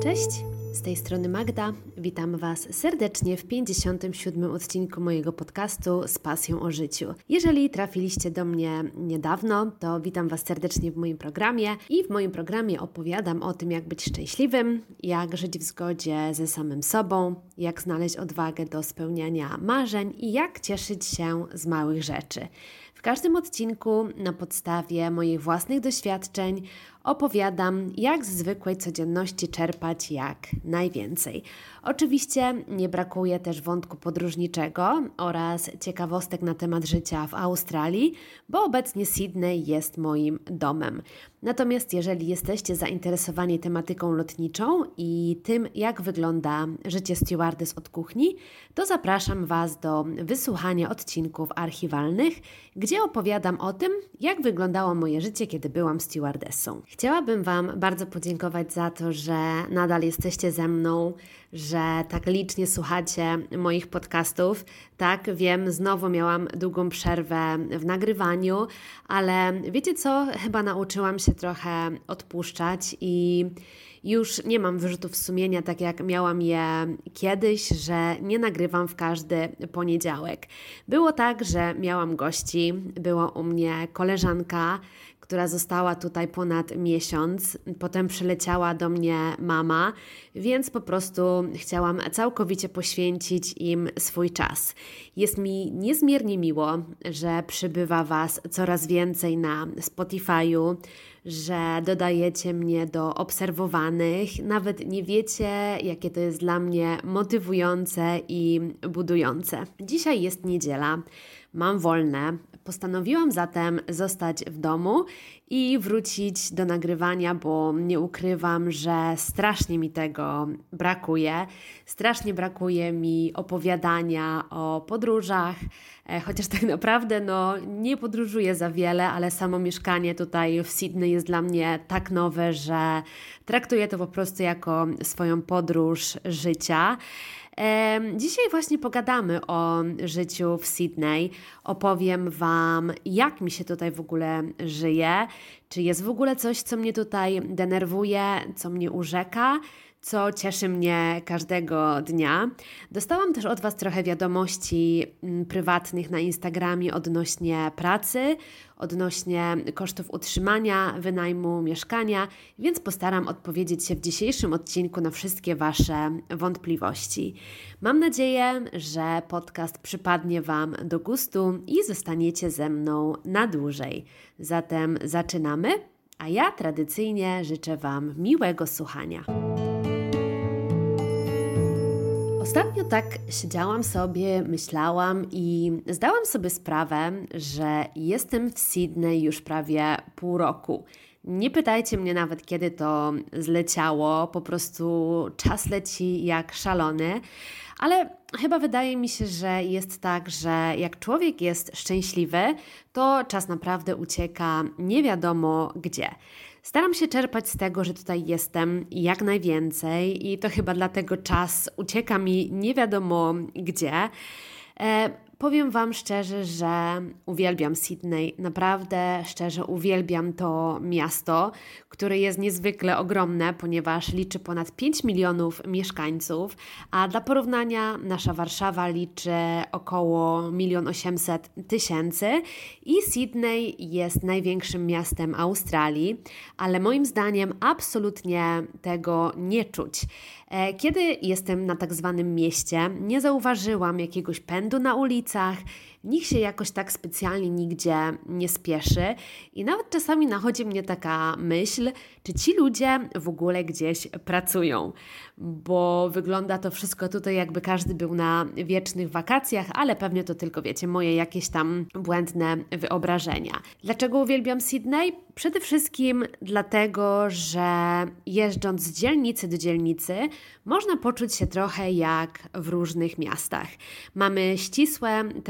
Cześć, z tej strony Magda. Witam Was serdecznie w 57. odcinku mojego podcastu Z pasją o życiu. Jeżeli trafiliście do mnie niedawno, to witam Was serdecznie w moim programie i w moim programie opowiadam o tym, jak być szczęśliwym, jak żyć w zgodzie ze samym sobą, jak znaleźć odwagę do spełniania marzeń i jak cieszyć się z małych rzeczy. W każdym odcinku na podstawie moich własnych doświadczeń opowiadam, jak z zwykłej codzienności czerpać jak najwięcej. Oczywiście nie brakuje też wątku podróżniczego oraz ciekawostek na temat życia w Australii, bo obecnie Sydney jest moim domem. Natomiast jeżeli jesteście zainteresowani tematyką lotniczą i tym, jak wygląda życie stewardess od kuchni, to zapraszam Was do wysłuchania odcinków archiwalnych, gdzie opowiadam o tym, jak wyglądało moje życie, kiedy byłam stewardessą. Chciałabym Wam bardzo podziękować za to, że nadal jesteście ze mną, że tak licznie słuchacie moich podcastów. Tak, wiem, znowu miałam długą przerwę w nagrywaniu, ale wiecie co? Chyba nauczyłam się trochę odpuszczać i już nie mam wyrzutów sumienia, tak jak miałam je kiedyś, że nie nagrywam w każdy poniedziałek. Było tak, że miałam gości, była u mnie koleżanka, która została tutaj ponad miesiąc. Potem przyleciała do mnie mama, więc po prostu chciałam całkowicie poświęcić im swój czas. Jest mi niezmiernie miło, że przybywa Was coraz więcej na Spotify'u, że dodajecie mnie do obserwowanych. Nawet nie wiecie, jakie to jest dla mnie motywujące i budujące. Dzisiaj jest niedziela, mam wolne. Postanowiłam zatem zostać w domu i wrócić do nagrywania, bo nie ukrywam, że strasznie mi tego brakuje. Strasznie brakuje mi opowiadania o podróżach, chociaż tak naprawdę nie podróżuję za wiele, ale samo mieszkanie tutaj w Sydney jest dla mnie tak nowe, że traktuję to po prostu jako swoją podróż życia. Dzisiaj właśnie pogadamy o życiu w Sydney. Opowiem Wam, jak mi się tutaj w ogóle żyje, czy jest w ogóle coś, co mnie tutaj denerwuje, co mnie urzeka, co cieszy mnie każdego dnia. Dostałam też od Was trochę wiadomości prywatnych na Instagramie odnośnie pracy, odnośnie kosztów utrzymania, wynajmu mieszkania, więc postaram odpowiedzieć się w dzisiejszym odcinku na wszystkie Wasze wątpliwości. Mam nadzieję, że podcast przypadnie Wam do gustu i zostaniecie ze mną na dłużej. Zatem zaczynamy, a ja tradycyjnie życzę Wam miłego słuchania. Ostatnio tak siedziałam sobie, myślałam i zdałam sobie sprawę, że jestem w Sydney już prawie pół roku. Nie pytajcie mnie nawet, kiedy to zleciało, po prostu czas leci jak szalony, ale chyba wydaje mi się, że jest tak, że jak człowiek jest szczęśliwy, to czas naprawdę ucieka nie wiadomo gdzie. Staram się czerpać z tego, że tutaj jestem jak najwięcej i to chyba dlatego czas ucieka mi nie wiadomo gdzie. Powiem Wam szczerze, że uwielbiam Sydney, naprawdę szczerze uwielbiam to miasto, które jest niezwykle ogromne, ponieważ liczy ponad 5 milionów mieszkańców, a dla porównania nasza Warszawa liczy około 1 800 000 i Sydney jest największym miastem Australii, ale moim zdaniem absolutnie tego nie czuć. Kiedy jestem na tak zwanym mieście, nie zauważyłam jakiegoś pędu na ulicach, nikt się jakoś tak specjalnie nigdzie nie spieszy i nawet czasami nachodzi mnie taka myśl, czy ci ludzie w ogóle gdzieś pracują, bo wygląda to wszystko tutaj, jakby każdy był na wiecznych wakacjach, ale pewnie to tylko, wiecie, moje jakieś tam błędne wyobrażenia. Dlaczego uwielbiam Sydney? Przede wszystkim dlatego, że jeżdżąc z dzielnicy do dzielnicy można poczuć się trochę jak w różnych miastach. Mamy ścisłe, tradycyjne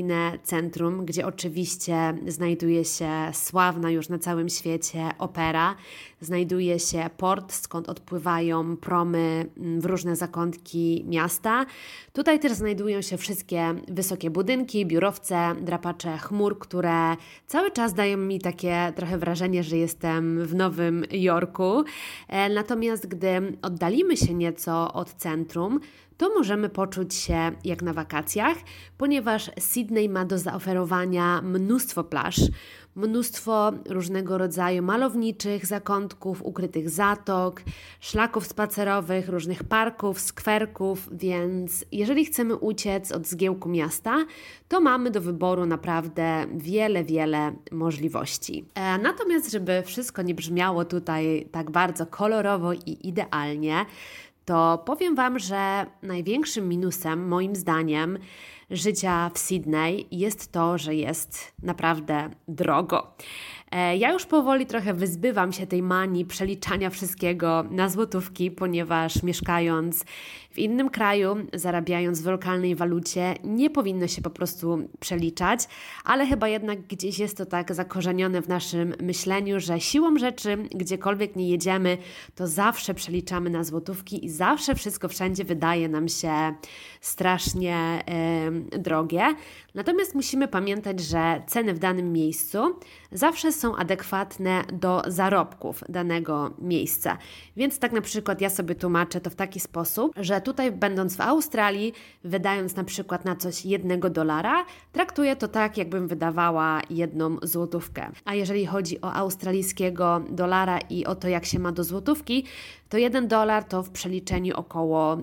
atrakcyjne centrum, gdzie oczywiście znajduje się sławna już na całym świecie opera, znajduje się port, skąd odpływają promy w różne zakątki miasta. Tutaj też znajdują się wszystkie wysokie budynki, biurowce, drapacze chmur, które cały czas dają mi takie trochę wrażenie, że jestem w Nowym Jorku. Natomiast gdy oddalimy się nieco od centrum, to możemy poczuć się jak na wakacjach, ponieważ Sydney ma do zaoferowania mnóstwo plaż, mnóstwo różnego rodzaju malowniczych zakątków, ukrytych zatok, szlaków spacerowych, różnych parków, skwerków, więc jeżeli chcemy uciec od zgiełku miasta, to mamy do wyboru naprawdę wiele możliwości. Natomiast, żeby wszystko nie brzmiało tutaj tak bardzo kolorowo i idealnie, to powiem Wam, że największym minusem, moim zdaniem, życia w Sydney jest to, że jest naprawdę drogo. Ja już powoli trochę wyzbywam się tej manii przeliczania wszystkiego na złotówki, ponieważ mieszkając w innym kraju, zarabiając w lokalnej walucie, nie powinno się po prostu przeliczać, ale chyba jednak gdzieś jest to tak zakorzenione w naszym myśleniu, że siłą rzeczy, gdziekolwiek nie jedziemy, to zawsze przeliczamy na złotówki i zawsze wszystko wszędzie wydaje nam się strasznie drogie. Natomiast musimy pamiętać, że ceny w danym miejscu zawsze są adekwatne do zarobków danego miejsca. Więc tak na przykład ja sobie tłumaczę to w taki sposób, że tutaj będąc w Australii, wydając na przykład na coś $1, traktuję to tak, jakbym wydawała 1 złotówkę. A jeżeli chodzi o australijskiego dolara i o to, jak się ma do złotówki, to $1 to w przeliczeniu około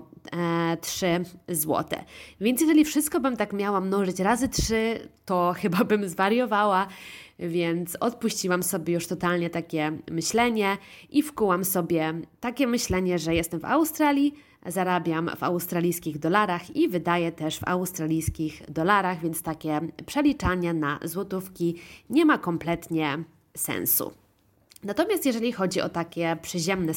3 zł. Więc jeżeli wszystko bym tak miała mnożyć razy 3, to chyba bym zwariowała, więc odpuściłam sobie już totalnie takie myślenie i wkułam sobie takie myślenie, że jestem w Australii, zarabiam w australijskich dolarach i wydaję też w australijskich dolarach, więc takie przeliczanie na złotówki nie ma kompletnie sensu. Natomiast jeżeli chodzi o takie przyziemne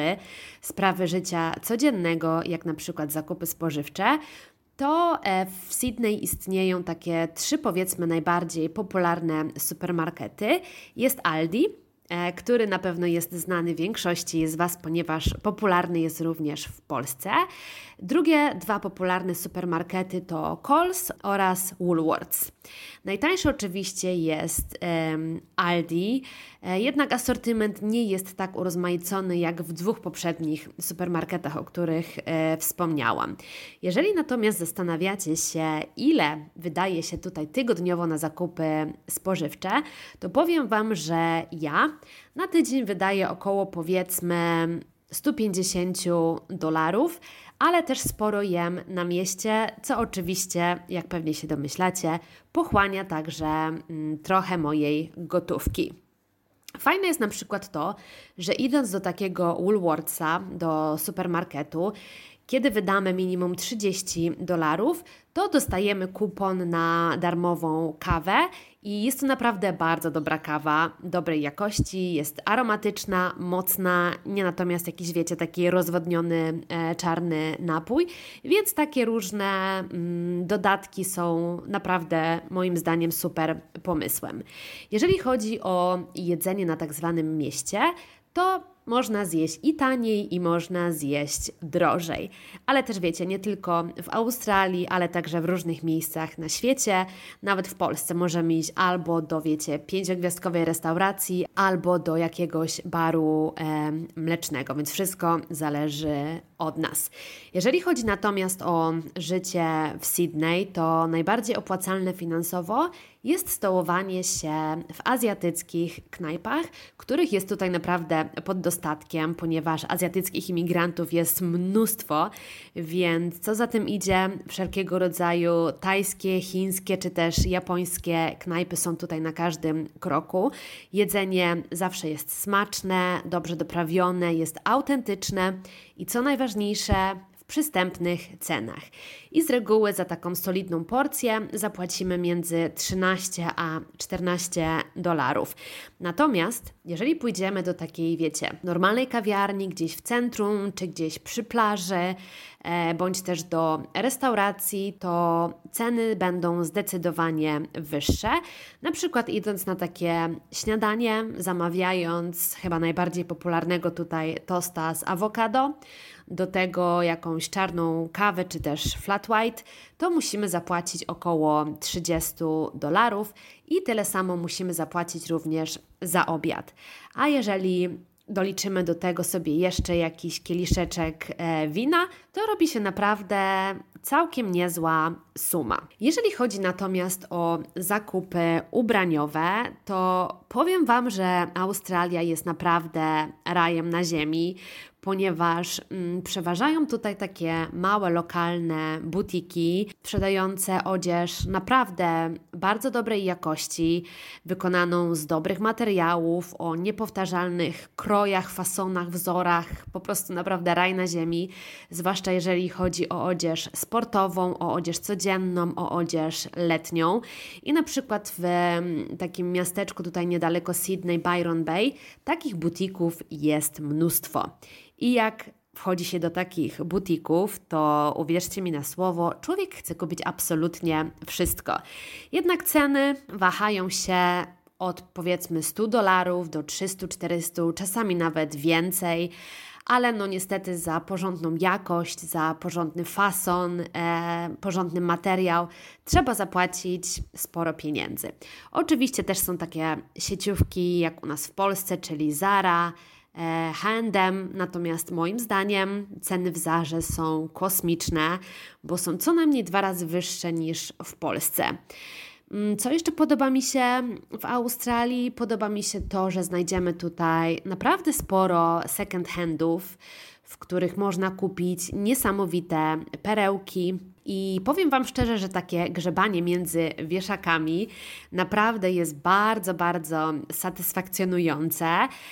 sprawy życia codziennego, jak na przykład zakupy spożywcze, to w Sydney istnieją takie 3 powiedzmy najbardziej popularne supermarkety. Jest Aldi, który na pewno jest znany większości z Was, ponieważ popularny jest również w Polsce. Drugie 2 popularne supermarkety to Coles oraz Woolworths. Najtańszy oczywiście jest Aldi, jednak asortyment nie jest tak urozmaicony jak w 2 poprzednich supermarketach, o których wspomniałam. Jeżeli natomiast zastanawiacie się, ile wydaje się tutaj tygodniowo na zakupy spożywcze, to powiem Wam, że ja na tydzień wydaję około powiedzmy $150, ale też sporo jem na mieście, co oczywiście, jak pewnie się domyślacie, pochłania także trochę mojej gotówki. Fajne jest na przykład to, że idąc do takiego Woolworthsa, do supermarketu, kiedy wydamy minimum $30, to dostajemy kupon na darmową kawę i jest to naprawdę bardzo dobra kawa, dobrej jakości, jest aromatyczna, mocna, nie natomiast jakiś, wiecie, taki rozwodniony czarny napój, więc takie różne dodatki są naprawdę moim zdaniem super pomysłem. Jeżeli chodzi o jedzenie na tak zwanym mieście, to można zjeść i taniej, i można zjeść drożej. Ale też wiecie, nie tylko w Australii, ale także w różnych miejscach na świecie, nawet w Polsce możemy iść albo do, wiecie, 5-gwiazdkowej restauracji, albo do jakiegoś baru mlecznego, więc wszystko zależy od nas. Jeżeli chodzi natomiast o życie w Sydney, to najbardziej opłacalne finansowo jest stołowanie się w azjatyckich knajpach, których jest tutaj naprawdę pod dostatkiem, ponieważ azjatyckich imigrantów jest mnóstwo, więc co za tym idzie, wszelkiego rodzaju tajskie, chińskie czy też japońskie knajpy są tutaj na każdym kroku. Jedzenie zawsze jest smaczne, dobrze doprawione, jest autentyczne i co najważniejsze, w przystępnych cenach. I z reguły za taką solidną porcję zapłacimy między $13 a $14. Natomiast jeżeli pójdziemy do takiej, wiecie, normalnej kawiarni, gdzieś w centrum, czy gdzieś przy plaży, bądź też do restauracji, to ceny będą zdecydowanie wyższe. Na przykład idąc na takie śniadanie, zamawiając chyba najbardziej popularnego tutaj tosta z awokado, do tego jakąś czarną kawę czy też flat white, to musimy zapłacić około $30 i tyle samo musimy zapłacić również za obiad. A jeżeli doliczymy do tego sobie jeszcze jakiś kieliszeczek wina, to robi się naprawdę całkiem niezła suma. Jeżeli chodzi natomiast o zakupy ubraniowe, to powiem Wam, że Australia jest naprawdę rajem na ziemi, ponieważ przeważają tutaj takie małe, lokalne butiki sprzedające odzież naprawdę bardzo dobrej jakości, wykonaną z dobrych materiałów, o niepowtarzalnych krojach, fasonach, wzorach, po prostu naprawdę raj na ziemi, zwłaszcza jeżeli chodzi o odzież sportową, o odzież codzienną, o odzież letnią. I na przykład w takim miasteczku tutaj niedaleko Sydney, Byron Bay, takich butików jest mnóstwo. I jak wchodzi się do takich butików, to uwierzcie mi na słowo, człowiek chce kupić absolutnie wszystko. Jednak ceny wahają się od powiedzmy $100 do 300-400, czasami nawet więcej, ale no niestety za porządną jakość, za porządny fason, porządny materiał trzeba zapłacić sporo pieniędzy. Oczywiście też są takie sieciówki jak u nas w Polsce, czyli Zara, H&M, natomiast moim zdaniem ceny w Zarze są kosmiczne, bo są co najmniej 2 razy wyższe niż w Polsce. Co jeszcze podoba mi się w Australii? Podoba mi się to, że znajdziemy tutaj naprawdę sporo second handów, w których można kupić niesamowite perełki. I powiem Wam szczerze, że takie grzebanie między wieszakami naprawdę jest bardzo, bardzo satysfakcjonujące.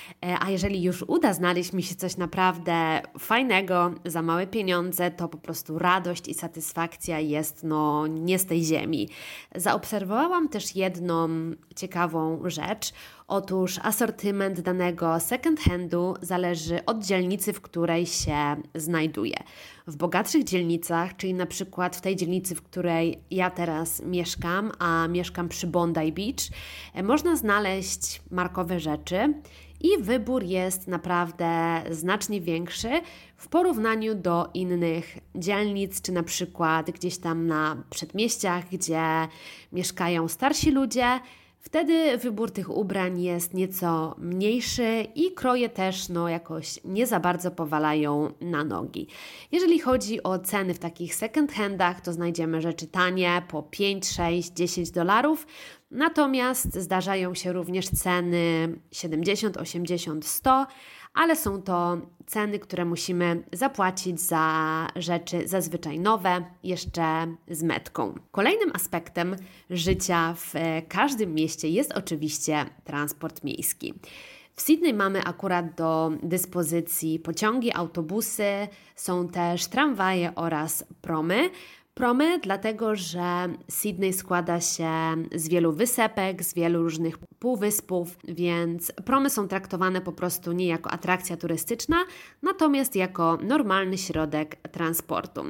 A jeżeli już uda znaleźć mi się coś naprawdę fajnego za małe pieniądze, to po prostu radość i satysfakcja jest nie z tej ziemi. Zaobserwowałam też jedną ciekawą rzecz. Otóż asortyment danego second handu zależy od dzielnicy, w której się znajduje. W bogatszych dzielnicach, czyli na przykład w tej dzielnicy, w której ja teraz mieszkam, a mieszkam przy Bondi Beach, można znaleźć markowe rzeczy i wybór jest naprawdę znacznie większy w porównaniu do innych dzielnic, czy na przykład gdzieś tam na przedmieściach, gdzie mieszkają starsi ludzie. Wtedy wybór tych ubrań jest nieco mniejszy i kroje też jakoś nie za bardzo powalają na nogi. Jeżeli chodzi o ceny w takich second handach, to znajdziemy rzeczy tanie po 5, 6, $10. Natomiast zdarzają się również ceny 70, 80, 100, ale są to ceny, które musimy zapłacić za rzeczy zazwyczaj nowe, jeszcze z metką. Kolejnym aspektem życia w każdym mieście jest oczywiście transport miejski. W Sydney mamy akurat do dyspozycji pociągi, autobusy, są też tramwaje oraz promy. Promy, dlatego że Sydney składa się z wielu wysepek, z wielu różnych półwyspów, więc promy są traktowane po prostu nie jako atrakcja turystyczna, natomiast jako normalny środek transportu.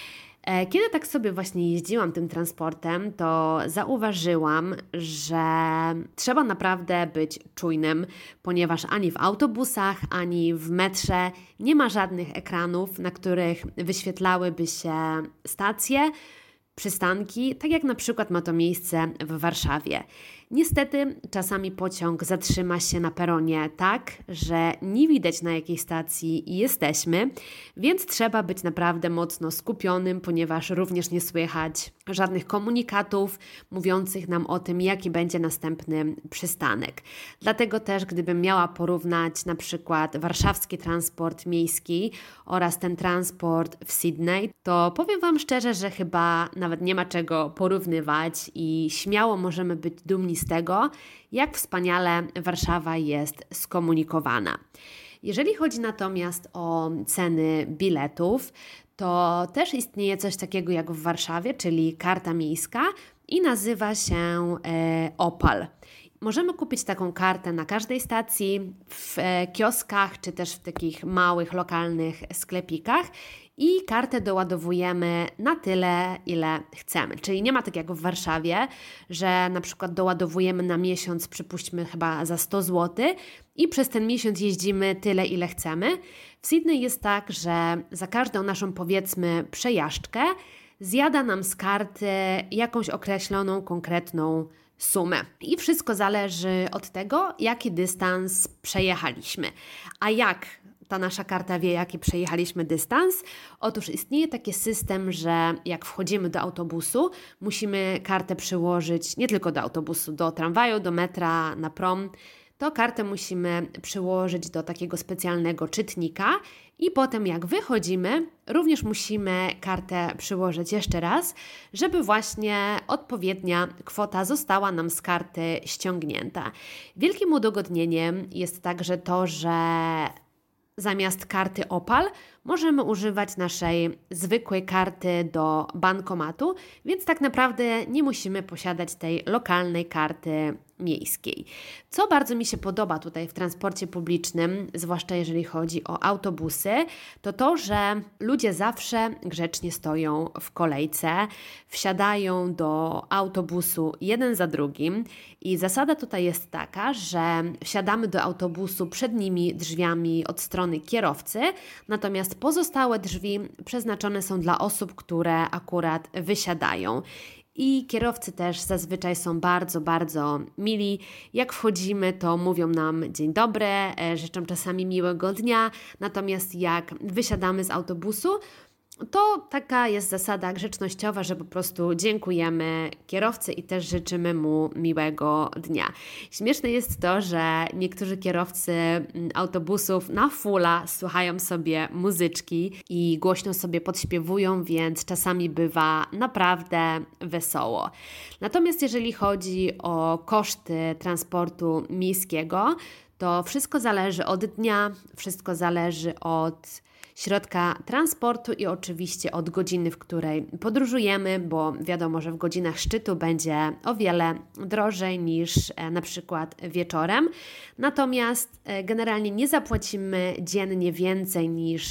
Kiedy tak sobie właśnie jeździłam tym transportem, to zauważyłam, że trzeba naprawdę być czujnym, ponieważ ani w autobusach, ani w metrze nie ma żadnych ekranów, na których wyświetlałyby się stacje, przystanki, tak jak na przykład ma to miejsce w Warszawie. Niestety czasami pociąg zatrzyma się na peronie tak, że nie widać na jakiej stacji jesteśmy, więc trzeba być naprawdę mocno skupionym, ponieważ również nie słychać żadnych komunikatów mówiących nam o tym, jaki będzie następny przystanek. Dlatego też, gdybym miała porównać na przykład warszawski transport miejski oraz ten transport w Sydney, to powiem Wam szczerze, że chyba nawet nie ma czego porównywać i śmiało możemy być dumni z tego, jak wspaniale Warszawa jest skomunikowana. Jeżeli chodzi natomiast o ceny biletów, to też istnieje coś takiego jak w Warszawie, czyli karta miejska i nazywa się Opal. możemy kupić taką kartę na każdej stacji, w kioskach, czy też w takich małych, lokalnych sklepikach i kartę doładowujemy na tyle, ile chcemy. Czyli nie ma tak jak w Warszawie, że na przykład doładowujemy na miesiąc, przypuśćmy chyba za 100 zł i przez ten miesiąc jeździmy tyle, ile chcemy. W Sydney jest tak, że za każdą naszą, powiedzmy, przejażdżkę zjada nam z karty jakąś określoną, konkretną sumę. I wszystko zależy od tego, jaki dystans przejechaliśmy. A jak ta nasza karta wie, jaki przejechaliśmy dystans? Otóż istnieje taki system, że jak wchodzimy do autobusu, musimy kartę przyłożyć nie tylko do autobusu, do tramwaju, do metra, na prom. To kartę musimy przyłożyć do takiego specjalnego czytnika i potem jak wychodzimy, również musimy kartę przyłożyć jeszcze raz, żeby właśnie odpowiednia kwota została nam z karty ściągnięta. Wielkim udogodnieniem jest także to, że zamiast karty Opal możemy używać naszej zwykłej karty do bankomatu, więc tak naprawdę nie musimy posiadać tej lokalnej karty miejskiej. Co bardzo mi się podoba tutaj w transporcie publicznym, zwłaszcza jeżeli chodzi o autobusy, to to, że ludzie zawsze grzecznie stoją w kolejce, wsiadają do autobusu jeden za drugim i zasada tutaj jest taka, że wsiadamy do autobusu przednimi drzwiami od strony kierowcy, natomiast pozostałe drzwi przeznaczone są dla osób, które akurat wysiadają. I kierowcy też zazwyczaj są bardzo, bardzo mili. Jak wchodzimy, to mówią nam dzień dobry, życzą czasami miłego dnia. Natomiast jak wysiadamy z autobusu, to taka jest zasada grzecznościowa, że po prostu dziękujemy kierowcy i też życzymy mu miłego dnia. Śmieszne jest to, że niektórzy kierowcy autobusów na fulla słuchają sobie muzyczki i głośno sobie podśpiewują, więc czasami bywa naprawdę wesoło. Natomiast jeżeli chodzi o koszty transportu miejskiego, to wszystko zależy od dnia, wszystko zależy od środka transportu i oczywiście od godziny, w której podróżujemy, bo wiadomo, że w godzinach szczytu będzie o wiele drożej niż na przykład wieczorem. Natomiast generalnie nie zapłacimy dziennie więcej niż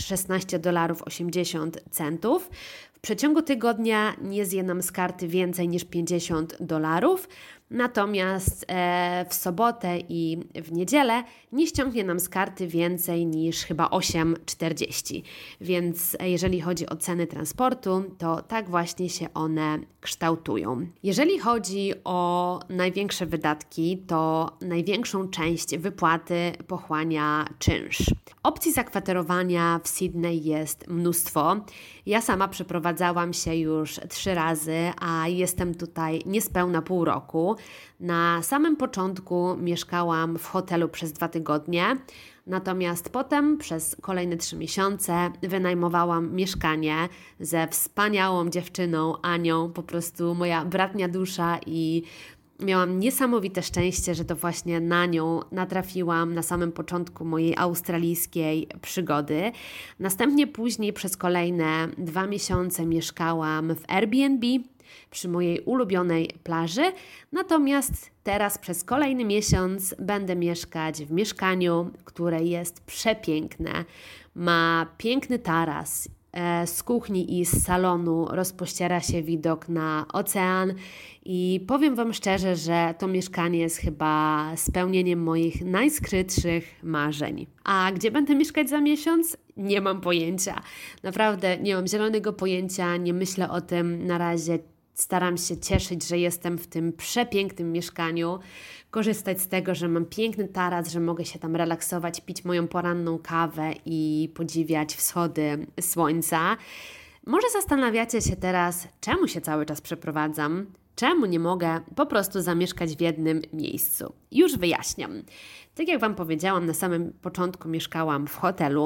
$16.80. W przeciągu tygodnia nie zje nam z karty więcej niż $50. Natomiast w sobotę i w niedzielę nie ściągnie nam z karty więcej niż chyba 8,40. Więc jeżeli chodzi o ceny transportu, to tak właśnie się one kształtują. Jeżeli chodzi o największe wydatki, to największą część wypłaty pochłania czynsz. Opcji zakwaterowania w Sydney jest mnóstwo. Ja sama przeprowadzałam się już 3 razy, a jestem tutaj niespełna pół roku. Na samym początku mieszkałam w hotelu przez 2 tygodnie, natomiast potem przez kolejne 3 miesiące wynajmowałam mieszkanie ze wspaniałą dziewczyną Anią, po prostu moja bratnia dusza, i miałam niesamowite szczęście, że to właśnie na nią natrafiłam na samym początku mojej australijskiej przygody. Następnie później przez kolejne 2 miesiące mieszkałam w Airbnb przy mojej ulubionej plaży, natomiast teraz przez kolejny miesiąc będę mieszkać w mieszkaniu, które jest przepiękne. Ma piękny taras. Z kuchni i z salonu rozpościera się widok na ocean i powiem Wam szczerze, że to mieszkanie jest chyba spełnieniem moich najskrytszych marzeń. A gdzie będę mieszkać za miesiąc? Nie mam pojęcia. Naprawdę nie mam zielonego pojęcia, nie myślę o tym na razie. Staram się cieszyć, że jestem w tym przepięknym mieszkaniu, korzystać z tego, że mam piękny taras, że mogę się tam relaksować, pić moją poranną kawę i podziwiać wschody słońca. Może zastanawiacie się teraz, czemu się cały czas przeprowadzam? Czemu nie mogę po prostu zamieszkać w jednym miejscu? Już wyjaśniam. Tak jak Wam powiedziałam, na samym początku mieszkałam w hotelu.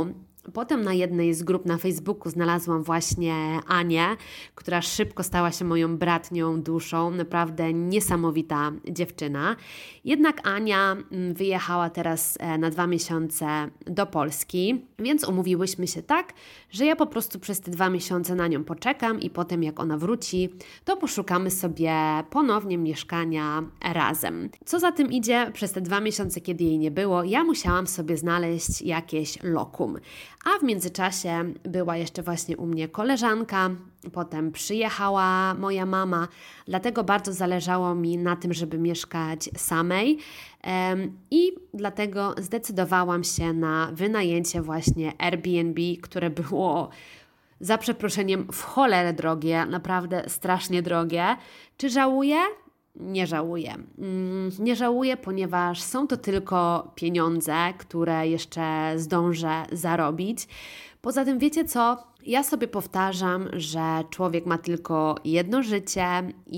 Potem na jednej z grup na Facebooku znalazłam właśnie Anię, która szybko stała się moją bratnią duszą. Naprawdę niesamowita dziewczyna. Jednak Ania wyjechała teraz na 2 miesiące do Polski, więc umówiłyśmy się tak, że ja po prostu przez te 2 miesiące na nią poczekam i potem jak ona wróci, to poszukamy sobie ponownie mieszkania razem. Co za tym idzie, przez te 2 miesiące, kiedy jej nie było, ja musiałam sobie znaleźć jakieś lokum. A w międzyczasie była jeszcze właśnie u mnie koleżanka, potem przyjechała moja mama, dlatego bardzo zależało mi na tym, żeby mieszkać samej i dlatego zdecydowałam się na wynajęcie właśnie Airbnb, które było za przeproszeniem w cholerę drogie, naprawdę strasznie drogie. Czy żałuję? Nie żałuję. Nie żałuję, ponieważ są to tylko pieniądze, które jeszcze zdążę zarobić. Poza tym wiecie co? Ja sobie powtarzam, że człowiek ma tylko jedno życie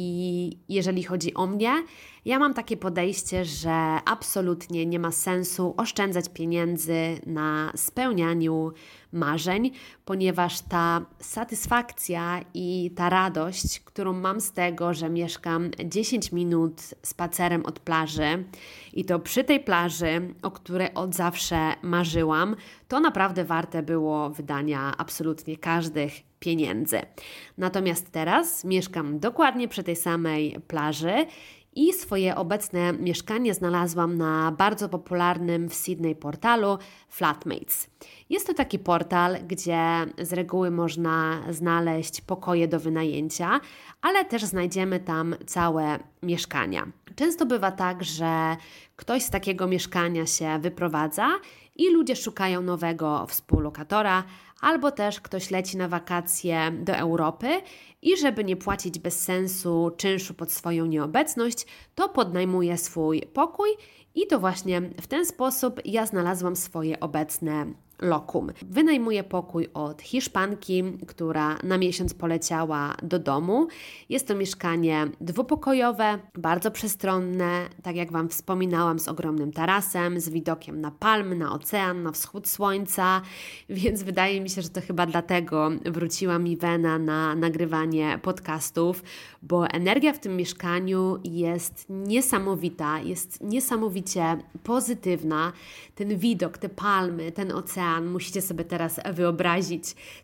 i jeżeli chodzi o mnie, ja mam takie podejście, że absolutnie nie ma sensu oszczędzać pieniędzy na spełnianiu marzeń, ponieważ ta satysfakcja i ta radość, którą mam z tego, że mieszkam 10 minut spacerem od plaży i to przy tej plaży, o której od zawsze marzyłam, to naprawdę warte było wydania absolutnie każdych pieniędzy. Natomiast teraz mieszkam dokładnie przy tej samej plaży i swoje obecne mieszkanie znalazłam na bardzo popularnym w Sydney portalu Flatmates. Jest to taki portal, gdzie z reguły można znaleźć pokoje do wynajęcia, ale też znajdziemy tam całe mieszkania. Często bywa tak, że ktoś z takiego mieszkania się wyprowadza i ludzie szukają nowego współlokatora, albo też ktoś leci na wakacje do Europy i żeby nie płacić bez sensu czynszu pod swoją nieobecność, to podnajmuje swój pokój i to właśnie w ten sposób ja znalazłam swoje obecne lokum. Wynajmuję pokój od Hiszpanki, która na miesiąc poleciała do domu. Jest to mieszkanie dwupokojowe, bardzo przestronne, tak jak Wam wspominałam, z ogromnym tarasem, z widokiem na palmy, na ocean, na wschód słońca, więc wydaje mi się, że to chyba dlatego wróciła mi wena na nagrywanie podcastów, bo energia w tym mieszkaniu jest niesamowita, jest niesamowicie pozytywna. Ten widok, te palmy, ten ocean, musicie sobie teraz wyobrazić,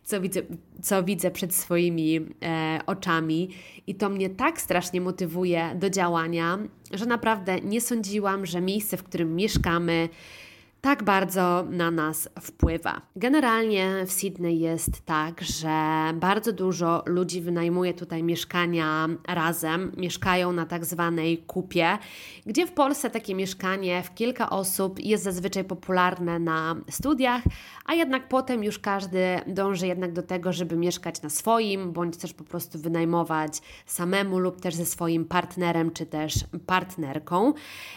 co widzę przed swoimi oczami i to mnie tak strasznie motywuje do działania, że naprawdę nie sądziłam, że miejsce, w którym mieszkamy, tak bardzo na nas wpływa. Generalnie w Sydney jest tak, że bardzo dużo ludzi wynajmuje tutaj mieszkania razem, mieszkają na tak zwanej kupie, gdzie w Polsce takie mieszkanie w kilka osób jest zazwyczaj popularne na studiach, a jednak potem już każdy dąży jednak do tego, żeby mieszkać na swoim, bądź też po prostu wynajmować samemu lub też ze swoim partnerem czy też partnerką.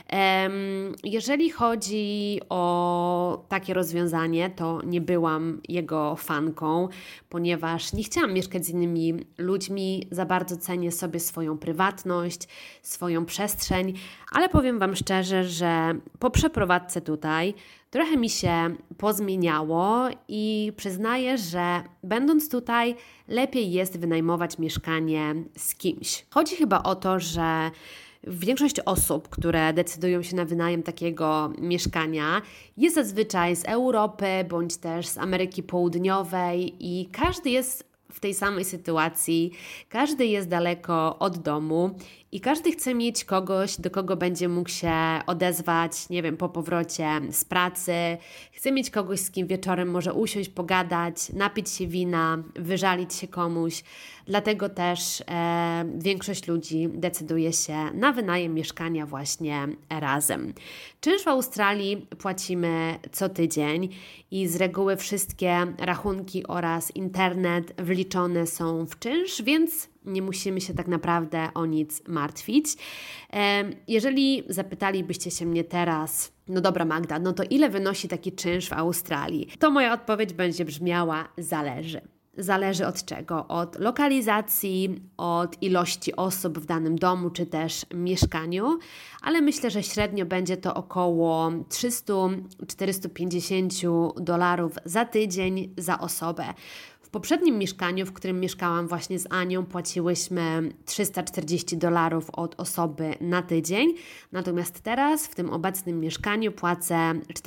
Jeżeli chodzi o takie rozwiązanie, to nie byłam jego fanką, ponieważ nie chciałam mieszkać z innymi ludźmi, za bardzo cenię sobie swoją prywatność, swoją przestrzeń, ale powiem Wam szczerze, że po przeprowadzce tutaj trochę mi się pozmieniało i przyznaję, że będąc tutaj lepiej jest wynajmować mieszkanie z kimś. Chodzi chyba o to, że większość osób, które decydują się na wynajem takiego mieszkania, jest zazwyczaj z Europy bądź też z Ameryki Południowej i każdy jest w tej samej sytuacji, każdy jest daleko od domu i każdy chce mieć kogoś, do kogo będzie mógł się odezwać, nie wiem, po powrocie z pracy. Chce mieć kogoś, z kim wieczorem może usiąść, pogadać, napić się wina, wyżalić się komuś. Dlatego też większość ludzi decyduje się na wynajem mieszkania właśnie razem. Czynsz w Australii płacimy co tydzień i z reguły wszystkie rachunki oraz internet wliczone są w czynsz, więc nie musimy się tak naprawdę o nic martwić. Jeżeli zapytalibyście się mnie teraz, no dobra Magda, no to ile wynosi taki czynsz w Australii? To moja odpowiedź będzie brzmiała: zależy. zależy od czego? Od lokalizacji, od ilości osób w danym domu czy też mieszkaniu, ale myślę, że średnio będzie to około 300-450 dolarów za tydzień za osobę. W poprzednim mieszkaniu, w którym mieszkałam właśnie z Anią, płaciłyśmy 340 dolarów od osoby na tydzień, natomiast teraz w tym obecnym mieszkaniu płacę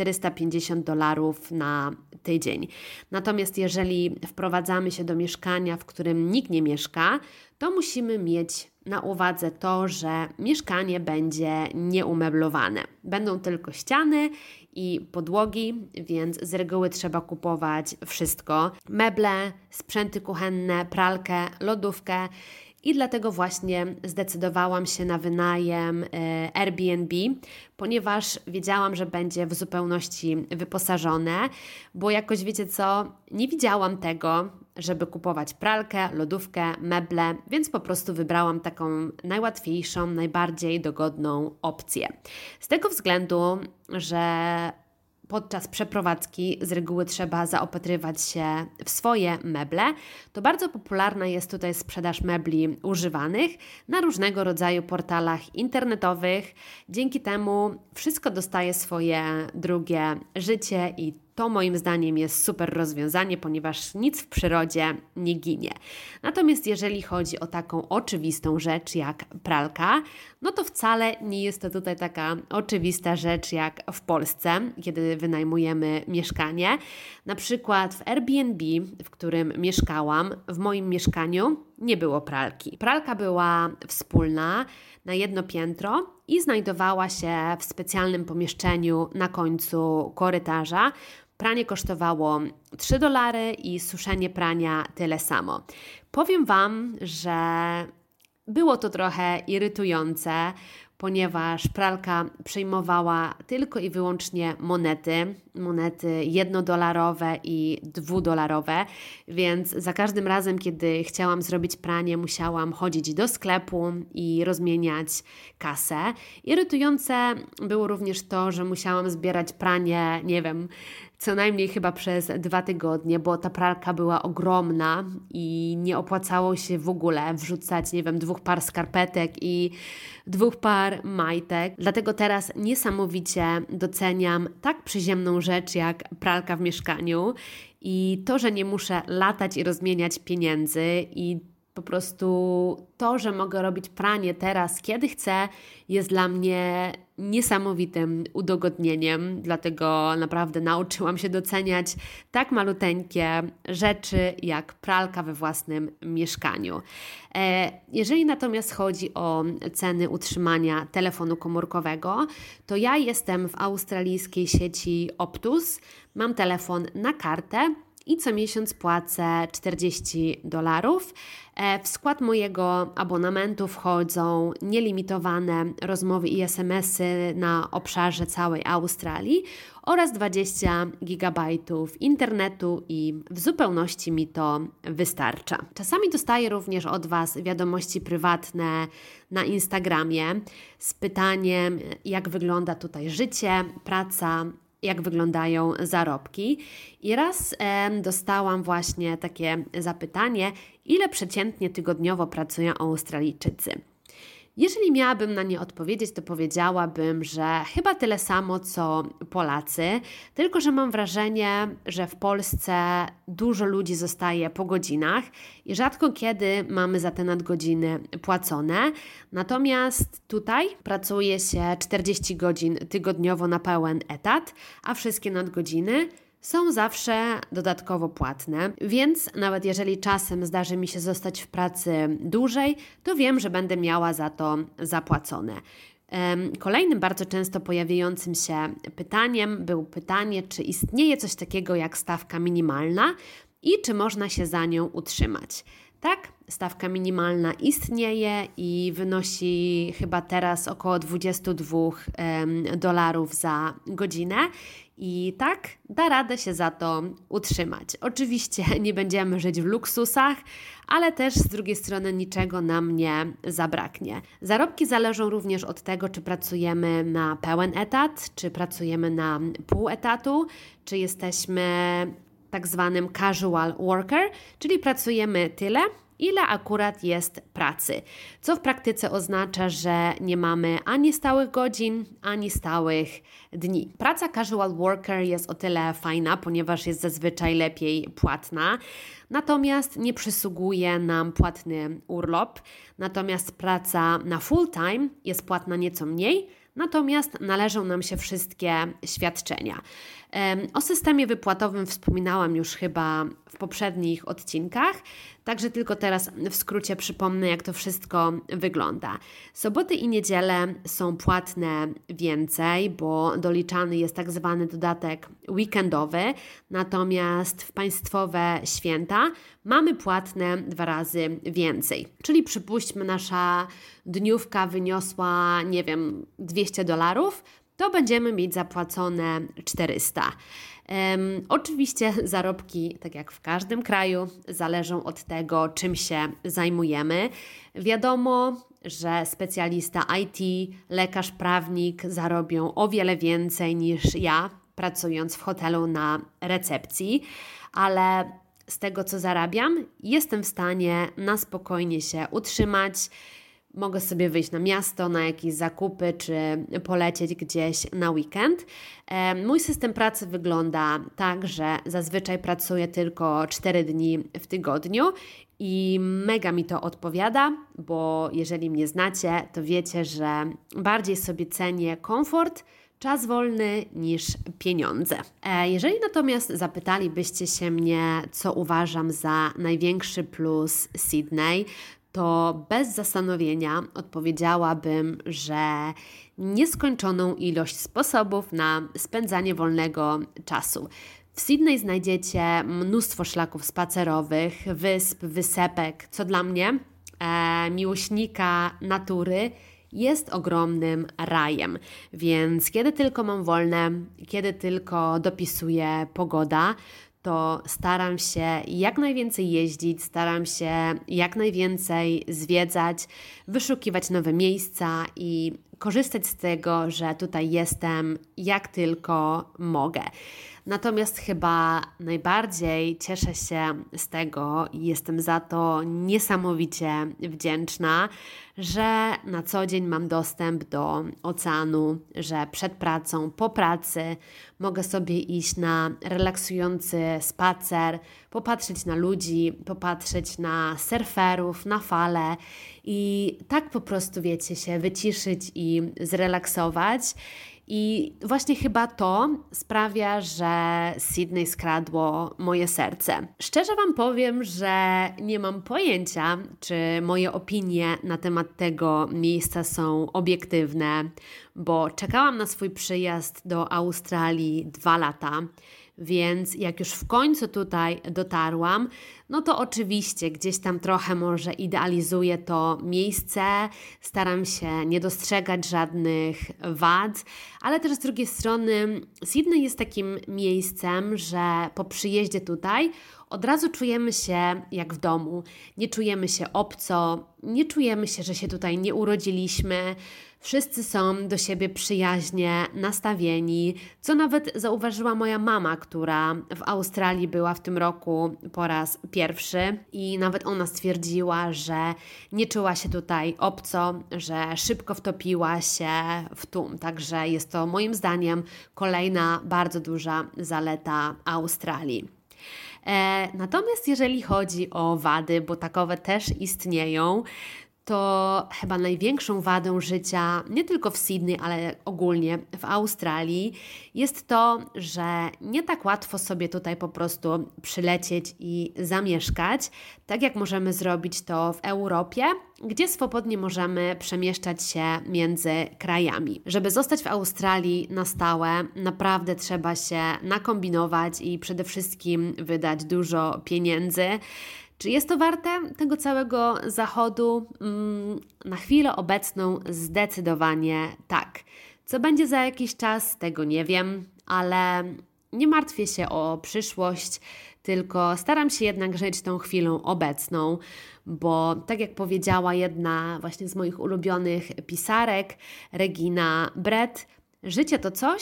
450 dolarów na tydzień. Natomiast jeżeli wprowadzamy się do mieszkania, w którym nikt nie mieszka, to musimy mieć na uwadze to, że mieszkanie będzie nieumeblowane. Będą tylko ściany i podłogi, więc z reguły trzeba kupować wszystko. Meble, sprzęty kuchenne, pralkę, lodówkę. I dlatego właśnie zdecydowałam się na wynajem Airbnb, ponieważ wiedziałam, że będzie w zupełności wyposażone, bo jakoś wiecie co, nie widziałam tego, żeby kupować pralkę, lodówkę, meble, więc po prostu wybrałam taką najłatwiejszą, najbardziej dogodną opcję. Z tego względu, że podczas przeprowadzki z reguły trzeba zaopatrywać się w swoje meble, to bardzo popularna jest tutaj sprzedaż mebli używanych na różnego rodzaju portalach internetowych. Dzięki temu wszystko dostaje swoje drugie życie i to moim zdaniem jest super rozwiązanie, ponieważ nic w przyrodzie nie ginie. Natomiast jeżeli chodzi o taką oczywistą rzecz jak pralka, no to wcale nie jest to tutaj taka oczywista rzecz jak w Polsce, kiedy wynajmujemy mieszkanie. Na przykład w Airbnb, w którym mieszkałam, w moim mieszkaniu nie było pralki. Pralka była wspólna na jedno piętro i znajdowała się w specjalnym pomieszczeniu na końcu korytarza. Pranie kosztowało 3 dolary i suszenie prania tyle samo. Powiem Wam, że było to trochę irytujące, ponieważ pralka przyjmowała tylko i wyłącznie monety jednodolarowe i dwudolarowe, więc za każdym razem, kiedy chciałam zrobić pranie, musiałam chodzić do sklepu i rozmieniać kasę. Irytujące było również to, że musiałam zbierać pranie, nie wiem, co najmniej chyba przez 2 tygodnie, bo ta pralka była ogromna i nie opłacało się w ogóle wrzucać, nie wiem, 2 par skarpetek i 2 par majtek. Dlatego teraz niesamowicie doceniam tak przyziemną rzecz jak pralka w mieszkaniu i to, że nie muszę latać i rozmieniać pieniędzy i po prostu to, że mogę robić pranie teraz, kiedy chcę, jest dla mnie niesamowitym udogodnieniem. Dlatego naprawdę nauczyłam się doceniać tak maluteńkie rzeczy jak pralka we własnym mieszkaniu. Jeżeli natomiast chodzi o ceny utrzymania telefonu komórkowego, to ja jestem w australijskiej sieci Optus. Mam telefon na kartę i co miesiąc płacę 40 dolarów. W skład mojego abonamentu wchodzą nielimitowane rozmowy i SMS-y na obszarze całej Australii oraz 20 gigabajtów internetu i w zupełności mi to wystarcza. Czasami dostaję również od Was wiadomości prywatne na Instagramie z pytaniem, jak wygląda tutaj życie, praca, jak wyglądają zarobki. I raz dostałam właśnie takie zapytanie, ile przeciętnie tygodniowo pracują Australijczycy. Jeżeli miałabym na nie odpowiedzieć, to powiedziałabym, że chyba tyle samo co Polacy, tylko że mam wrażenie, że w Polsce dużo ludzi zostaje po godzinach i rzadko kiedy mamy za te nadgodziny płacone. Natomiast tutaj pracuje się 40 godzin tygodniowo na pełen etat, a wszystkie nadgodziny są zawsze dodatkowo płatne, więc nawet jeżeli czasem zdarzy mi się zostać w pracy dłużej, to wiem, że będę miała za to zapłacone. Kolejnym bardzo często pojawiającym się pytaniem było pytanie, czy istnieje coś takiego jak stawka minimalna i czy można się za nią utrzymać. Tak, stawka minimalna istnieje i wynosi chyba teraz około 22 dolarów za godzinę i tak da radę się za to utrzymać. Oczywiście nie będziemy żyć w luksusach, ale też z drugiej strony niczego nam nie zabraknie. Zarobki zależą również od tego, czy pracujemy na pełen etat, czy pracujemy na pół etatu, czy jesteśmy tak zwanym casual worker, czyli pracujemy tyle, ile akurat jest pracy, co w praktyce oznacza, że nie mamy ani stałych godzin, ani stałych dni. Praca casual worker jest o tyle fajna, ponieważ jest zazwyczaj lepiej płatna, natomiast nie przysługuje nam płatny urlop, natomiast praca na full time jest płatna nieco mniej, natomiast należą nam się wszystkie świadczenia. O systemie wypłatowym wspominałam już chyba w poprzednich odcinkach, także tylko teraz w skrócie przypomnę, jak to wszystko wygląda. Soboty i niedziele są płatne więcej, bo doliczany jest tak zwany dodatek weekendowy, natomiast w państwowe święta mamy płatne 2 razy więcej. Czyli przypuśćmy, nasza dniówka wyniosła, nie wiem, $200, to będziemy mieć zapłacone 400. Oczywiście zarobki, tak jak w każdym kraju, zależą od tego, czym się zajmujemy. Wiadomo, że specjalista IT, lekarz, prawnik zarobią o wiele więcej niż ja, pracując w hotelu na recepcji, ale z tego, co zarabiam, jestem w stanie na spokojnie się utrzymać. Mogę sobie wyjść na miasto, na jakieś zakupy, czy polecieć gdzieś na weekend. Mój system pracy wygląda tak, że zazwyczaj pracuję tylko 4 dni w tygodniu i mega mi to odpowiada, bo jeżeli mnie znacie, to wiecie, że bardziej sobie cenię komfort, czas wolny niż pieniądze. Jeżeli natomiast zapytalibyście się mnie, co uważam za największy plus Sydney, to bez zastanowienia odpowiedziałabym, że nieskończoną ilość sposobów na spędzanie wolnego czasu. W Sydney znajdziecie mnóstwo szlaków spacerowych, wysp, wysepek, co dla mnie, miłośnika natury, jest ogromnym rajem, więc kiedy tylko mam wolne, kiedy tylko dopisuje pogoda, to staram się jak najwięcej jeździć, staram się jak najwięcej zwiedzać, wyszukiwać nowe miejsca i korzystać z tego, że tutaj jestem jak tylko mogę. Natomiast chyba najbardziej cieszę się z tego i jestem za to niesamowicie wdzięczna, że na co dzień mam dostęp do oceanu, że przed pracą, po pracy mogę sobie iść na relaksujący spacer, popatrzeć na ludzi, popatrzeć na surferów, na fale i tak po prostu, wiecie, się wyciszyć i zrelaksować. I właśnie chyba to sprawia, że Sydney skradło moje serce. Szczerze Wam powiem, że nie mam pojęcia, czy moje opinie na temat tego miejsca są obiektywne, bo czekałam na swój przyjazd do Australii 2 lata. Więc jak już w końcu tutaj dotarłam, no to oczywiście gdzieś tam trochę może idealizuję to miejsce, staram się nie dostrzegać żadnych wad, ale też z drugiej strony Sydney jest takim miejscem, że po przyjeździe tutaj od razu czujemy się jak w domu, nie czujemy się obco, nie czujemy się, że się tutaj nie urodziliśmy. Wszyscy są do siebie przyjaźnie nastawieni, co nawet zauważyła moja mama, która w Australii była w tym roku po raz pierwszy i nawet ona stwierdziła, że nie czuła się tutaj obco, że szybko wtopiła się w tłum. Także jest to moim zdaniem kolejna bardzo duża zaleta Australii. Natomiast jeżeli chodzi o wady, bo takowe też istnieją, to chyba największą wadą życia, nie tylko w Sydney, ale ogólnie w Australii, jest to, że nie tak łatwo sobie tutaj po prostu przylecieć i zamieszkać, tak jak możemy zrobić to w Europie, gdzie swobodnie możemy przemieszczać się między krajami. Żeby zostać w Australii na stałe, naprawdę trzeba się nakombinować i przede wszystkim wydać dużo pieniędzy. Czy jest to warte tego całego zachodu? Na chwilę obecną zdecydowanie tak. Co będzie za jakiś czas, tego nie wiem, ale nie martwię się o przyszłość, tylko staram się jednak żyć tą chwilą obecną, bo tak jak powiedziała jedna właśnie z moich ulubionych pisarek, Regina Brett, życie to coś,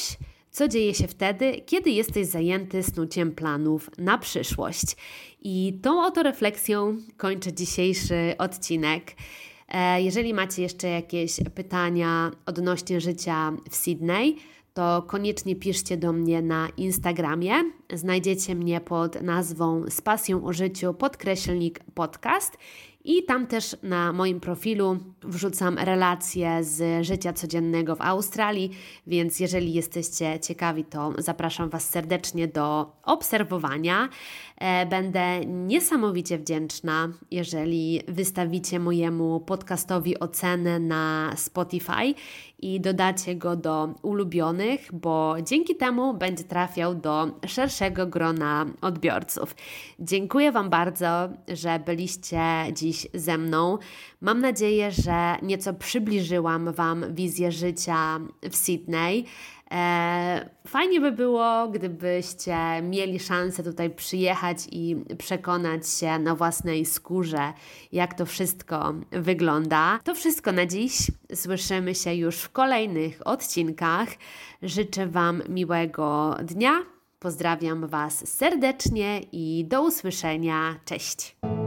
co dzieje się wtedy, kiedy jesteś zajęty snuciem planów na przyszłość. I tą oto refleksją kończę dzisiejszy odcinek. Jeżeli macie jeszcze jakieś pytania odnośnie życia w Sydney, to koniecznie piszcie do mnie na Instagramie. Znajdziecie mnie pod nazwą z pasją o życiu _podcast i tam też na moim profilu wrzucam relacje z życia codziennego w Australii, więc jeżeli jesteście ciekawi, to zapraszam Was serdecznie do obserwowania. Będę niesamowicie wdzięczna, jeżeli wystawicie mojemu podcastowi ocenę na Spotify i dodacie go do ulubionych, bo dzięki temu będzie trafiał do szerszego grona odbiorców. Dziękuję Wam bardzo, że byliście dziś ze mną. Mam nadzieję, że nieco przybliżyłam Wam wizję życia w Sydney. Fajnie by było, gdybyście mieli szansę tutaj przyjechać i przekonać się na własnej skórze, jak to wszystko wygląda. To wszystko na dziś. Słyszymy się już w kolejnych odcinkach. Życzę Wam miłego dnia. Pozdrawiam Was serdecznie i do usłyszenia. Cześć!